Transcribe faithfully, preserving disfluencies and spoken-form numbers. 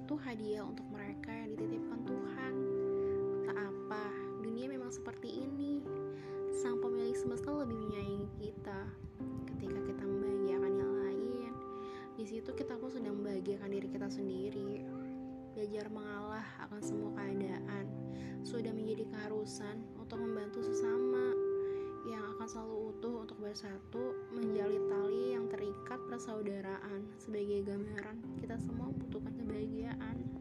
itu hadiah untuk mereka yang dititipkan Tuhan. Tak apa, dunia memang seperti ini. Sang pemilik semesta lebih menyayangi kita. Ketika kita membahagiakan yang lain, di situ kita pun sedang membahagiakan diri kita sendiri. Belajar mengalah akan semua keadaan sudah menjadi keharusan untuk membantu sesama yang akan selalu utuh untuk bersatu, menjalin tali yang terikat persaudaraan sebagai gambaran kita semua membutuhkan kebahagiaan.